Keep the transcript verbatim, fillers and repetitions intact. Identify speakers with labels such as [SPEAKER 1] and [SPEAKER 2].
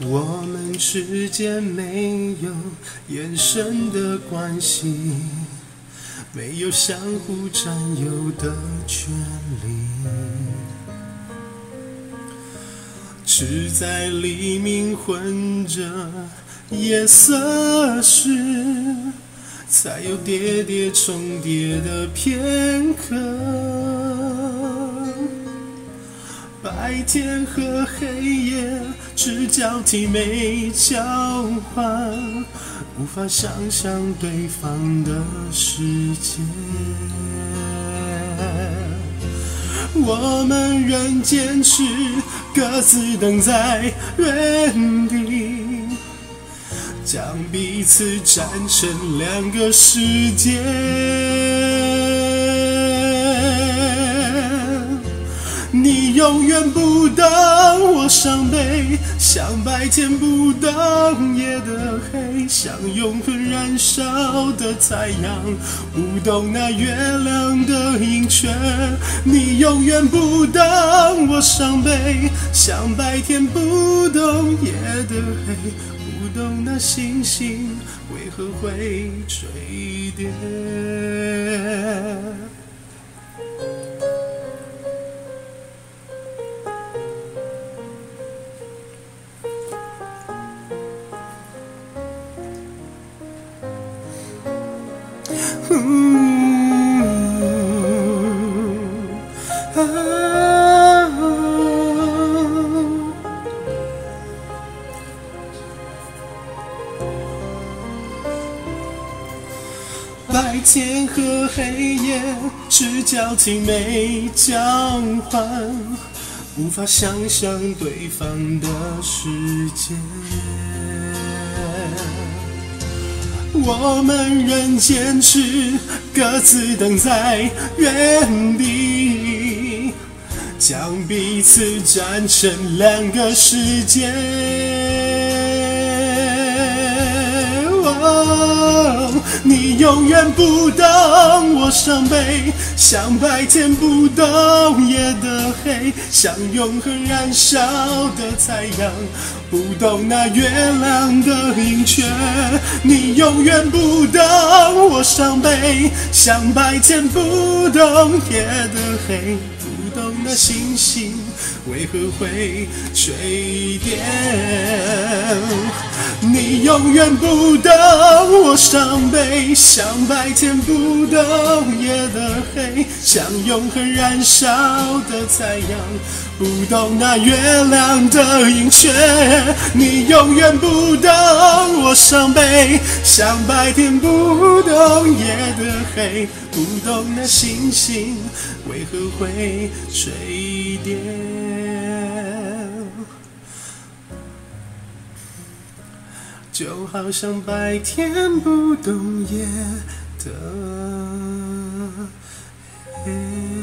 [SPEAKER 1] 我们之间没有眼神的关系，没有相互占有的权利，只在黎明混着夜色时，才有跌跌重叠的片刻。白天和黑夜只交替没交换，无法想象对方的世界。我们仍坚持各自等在原地，将彼此站成两个世界。你永远不懂我伤悲，像白天不懂夜的黑，像永恒燃烧的太阳，不懂那月亮的盈缺。你永远不懂我伤悲，像白天不懂夜的黑，不懂那星星为何会坠跌。嗯啊、白天和黑夜只交替没交换，无法想象对方的世界。我们仍坚持各自等在原地，将彼此站成两个世界。哦，你永远不懂我伤悲，像白天不懂夜的黑，像永恒燃烧的太阳，不懂那月亮的盈缺。你永远不懂我伤悲，像白天不懂夜的黑，不懂那星星为何会坠跌。你永远不懂我伤悲，像白天不懂夜的黑，像永恒燃烧的太阳，不懂那月亮的盈缺。你永远不懂我伤悲，像白天不懂夜的黑，不懂那星星为何会坠跌。就好像白天不懂夜的黑。